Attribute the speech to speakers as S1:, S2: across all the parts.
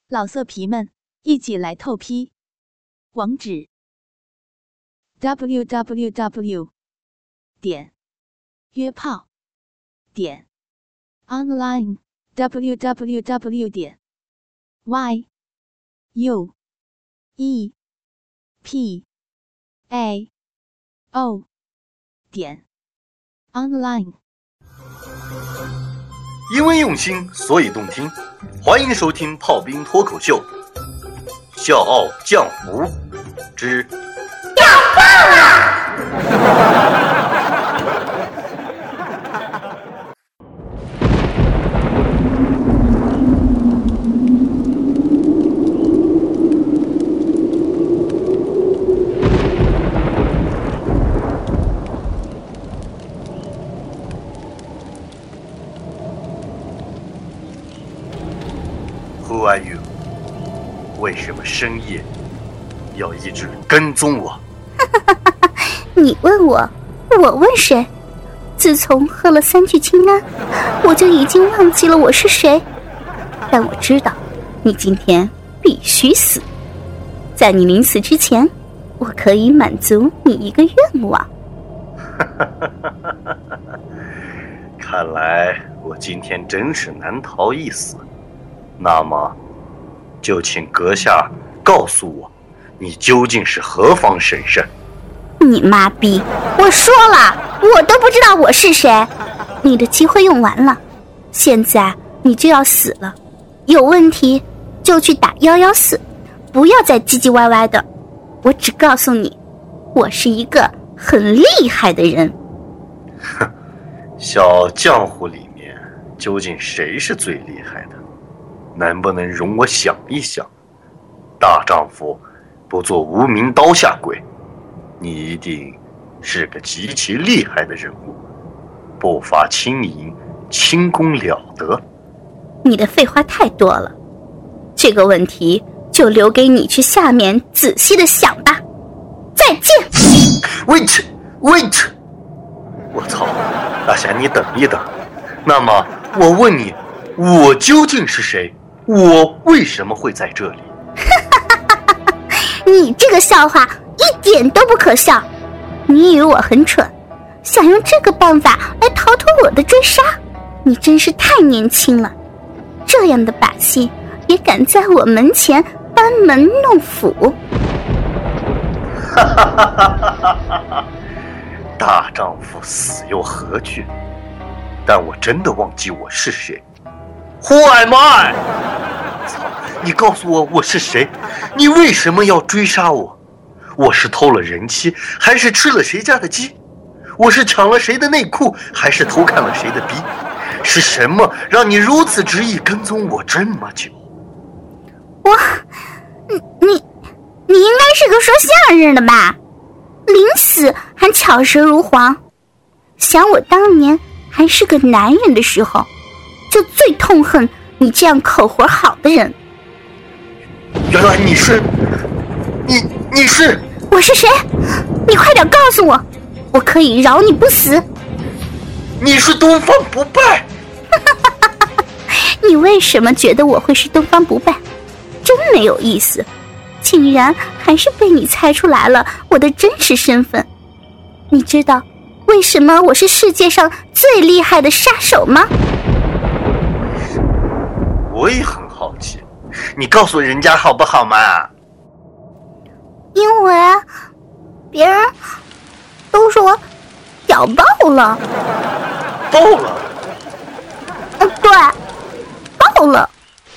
S1: 老色皮们，一起来透批！网址 www.约炮online www.yuepao.online。
S2: 因为用心，所以动听。欢迎收听炮兵脱口秀，《笑傲江湖》之
S3: 要爆了！
S2: Who are you？ 为什么深夜要一直跟踪我？
S3: 你问我，我问谁？自从喝了3聚氰胺，我就已经忘记了我是谁。但我知道，你今天必须死。在你临死之前，我可以满足你一个愿望。
S2: 看来我今天真是难逃一死。那么，就请阁下告诉我，你究竟是何方神圣？
S3: 你妈逼！我说了，我都不知道我是谁。你的机会用完了，现在你就要死了。有问题就去打114，不要再唧唧歪歪的。我只告诉你，我是一个很厉害的人。
S2: 哼，小江湖里面究竟谁是最厉害的？能不能容我想一想？大丈夫不做无名刀下鬼，你一定是个极其厉害的人物，步伐轻盈，轻功了得。
S3: 你的废话太多了，这个问题就留给你去下面仔细的想吧。再见。
S2: Wait， 我操，大侠你等一等。那么我问你，我究竟是谁？我为什么会在这里？
S3: 你这个笑话一点都不可笑。你以为我很蠢，想用这个办法来逃脱我的追杀？你真是太年轻了，这样的把戏也敢在我门前班门弄斧。
S2: 大丈夫死又何惧？但我真的忘记我是谁。Who am I？ 操！你告诉我我是谁？你为什么要追杀我？我是偷了人妻，还是吃了谁家的鸡？我是抢了谁的内裤，还是偷看了谁的逼？是什么让你如此执意跟踪我这么久？
S3: 你应该是个说相声的吧？临死还巧舌如簧。想我当年还是个男人的时候，就最痛恨你这样口活好的人。
S2: 原来你是
S3: 我是谁？你快点告诉我，我可以饶你不死。
S2: 你是东方不败。
S3: 你为什么觉得我会是东方不败？真没有意思，竟然还是被你猜出来了我的真实身份。你知道为什么我是世界上最厉害的杀手吗？
S2: 我也很好奇，你告诉人家好不好嘛？
S3: 因为别人都说我屌爆了。
S2: 爆了？
S3: 对，爆了。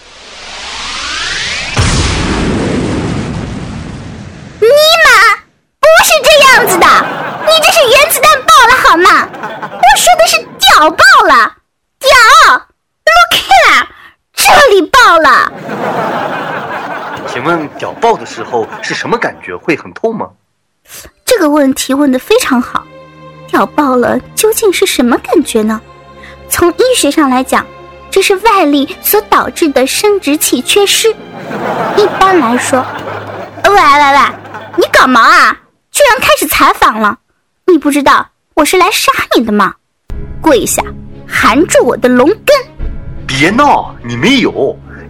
S3: 尼玛，不是这样子的，你这是原子弹爆了好吗？我说的是屌爆了，屌 ，look here， 这里爆了。
S2: 请问屌爆的时候是什么感觉？会很痛吗？
S3: 这个问题问得非常好。屌爆了究竟是什么感觉呢？从医学上来讲，这是外力所导致的生殖器缺失。一般来说，喂，你搞毛啊？居然开始采访了？你不知道我是来杀你的吗？跪下，含住我的龙根。
S2: 别闹，你没有，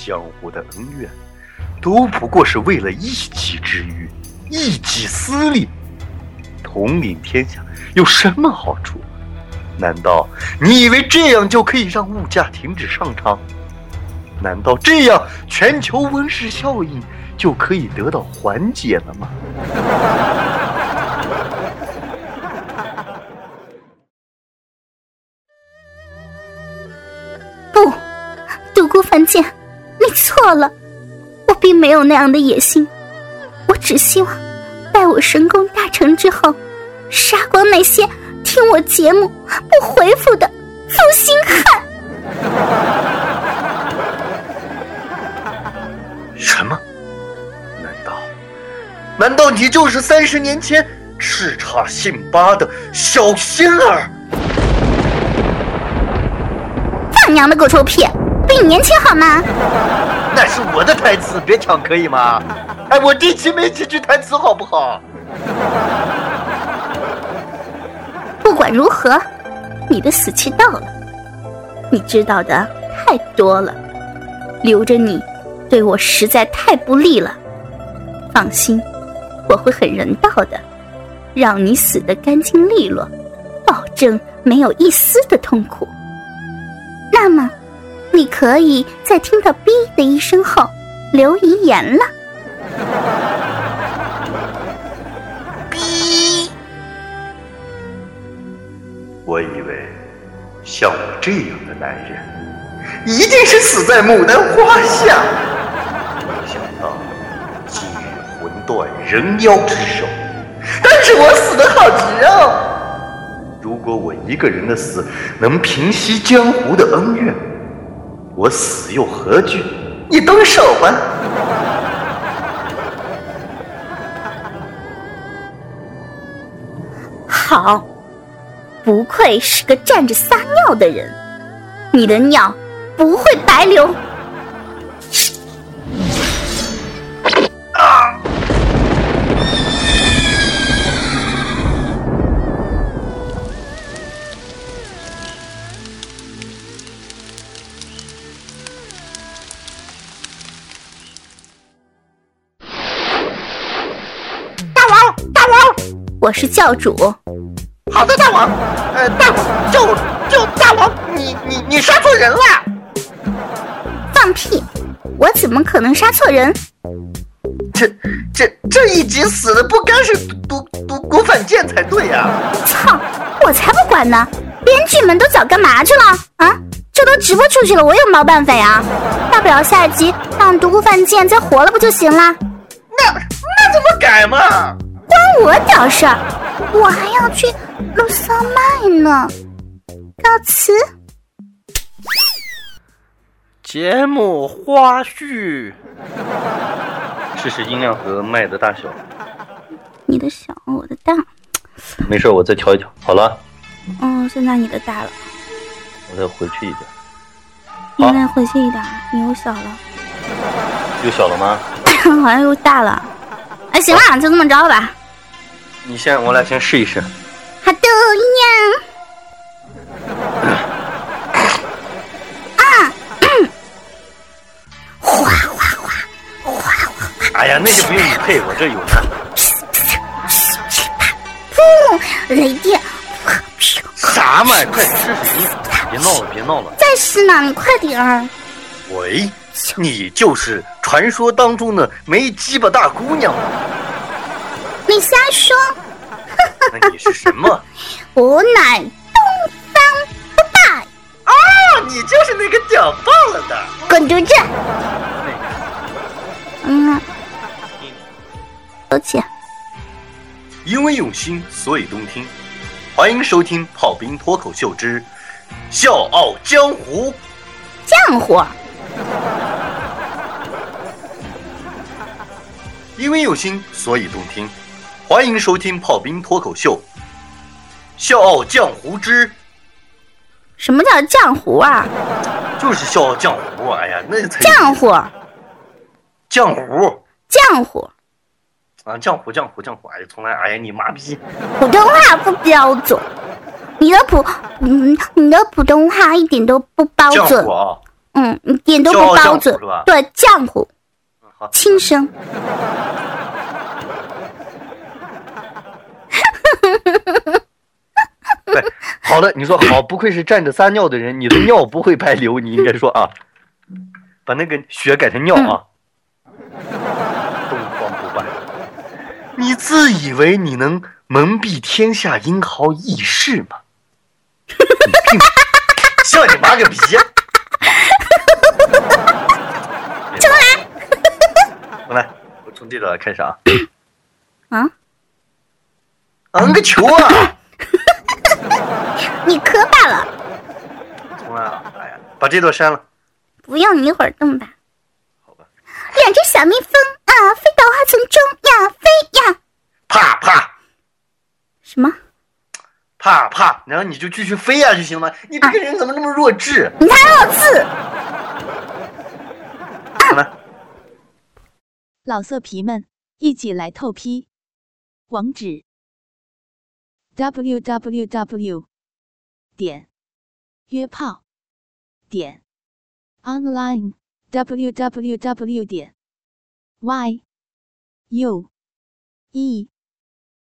S2: 江湖的恩怨，都不过是为了一己之欲，一己私利。统领天下有什么好处？难道你以为这样就可以让物价停止上涨？难道这样全球温室效应就可以得到缓解了吗？
S3: 不，独孤凡剑，你错了，我并没有那样的野心，我只希望待我神功大成之后，杀光那些听我节目不回复的负心汉。
S2: 什么？难道你就是30年前叱咤辛巴的小仙儿？
S3: 放娘的狗臭屁，比你年轻好吗？
S2: 那是我的台词，别抢可以吗？哎，我第七没几句台词好不好？
S3: 不管如何，你的死期到了，你知道的太多了，留着你对我实在太不利了。放心，我会很人道的，让你死得干净利落，保证没有一丝的痛苦。那么你可以在听到哔的一声后留遗言了。
S2: 哔！我以为像我这样的男人一定是死在牡丹花下，没想到今日魂断人妖之手，但是我死得好值哦。如果我一个人的死能平息江湖的恩怨，我死又何惧？你动手吧。
S3: 好，不愧是个站着撒尿的人，你的尿不会白流。我是教主。
S2: 好的，大王。大王，就大王，你杀错人了。
S3: 放屁！我怎么可能杀错人？
S2: 这一集死的不该是独孤反剑才对呀！
S3: 操！我才不管呢！编剧们都早干嘛去了啊？这都直播出去了，我有毛办法呀？大不了下一集让独孤反剑再活了不就行了？
S2: 那怎么改嘛？
S3: 关我屌事儿！我还要去录骚麦呢。告辞。
S2: 节目花絮，试试音量和麦的大小。
S3: 你的小，我的大。
S2: 没事，我再调一调。好了。
S3: 现在你的大了。
S2: 我再回去一点。
S3: 你再回去一点，你又小了。
S2: 又小了吗？
S3: 好像又大了。哎，行了，就这么着吧。
S2: 我俩先试一试。
S3: 好的呀。哗哗哗哗哗！
S2: 哎呀，那就不用你配，我这有呢。
S3: 雷电！
S2: 啥嘛？快试试音！别闹了！
S3: 再试呢，你快点儿。
S2: 喂，你就是传说当中的没鸡巴大姑娘吗？
S3: 你瞎说！
S2: 那你是什么？
S3: 我乃东方不败。
S2: 哦，你就是那个屌爆了的。
S3: 滚犊子！收起。
S2: 因为用心，所以动听。欢迎收听《炮兵脱口秀之笑傲江湖》。
S3: 浆糊。
S2: 因为用心，所以动听。欢迎收听《炮兵脱口秀》笑傲江湖之。
S3: 什么叫浆糊啊？
S2: 就是笑傲江湖。哎呀，那才
S3: 浆糊。
S2: 浆糊。
S3: 浆糊。
S2: 啊，浆糊。哎呀，从来，哎呀，你妈逼！
S3: 普通话不标准，你的普通话一点都不标准。
S2: 浆糊啊！
S3: 一点都不包子，对，浆糊，轻声。
S2: 对，好的，你说好，不愧是站着撒尿的人，你的尿不会白流，你应该说啊，把那个血改成尿啊。东方不败，你自以为你能蒙蔽天下英豪义士吗？笑你妈个逼！重来，我从这段开始啊。昂个球啊！
S3: 你磕巴了。
S2: 重来啊！哎呀，把这段删了。
S3: 不用，你一会儿动吧。
S2: 好吧。
S3: 两只小蜜蜂啊，飞到花丛中呀，飞呀。
S2: 啪啪。什
S3: 么？
S2: 啪啪，然后你就继续飞呀就行了。你这个人怎么那么弱智？
S3: 你太弱智。
S2: 好了。
S1: 老色皮们，一起来透批！网址 www.约炮.online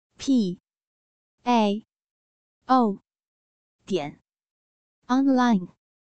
S1: www.yuepao.online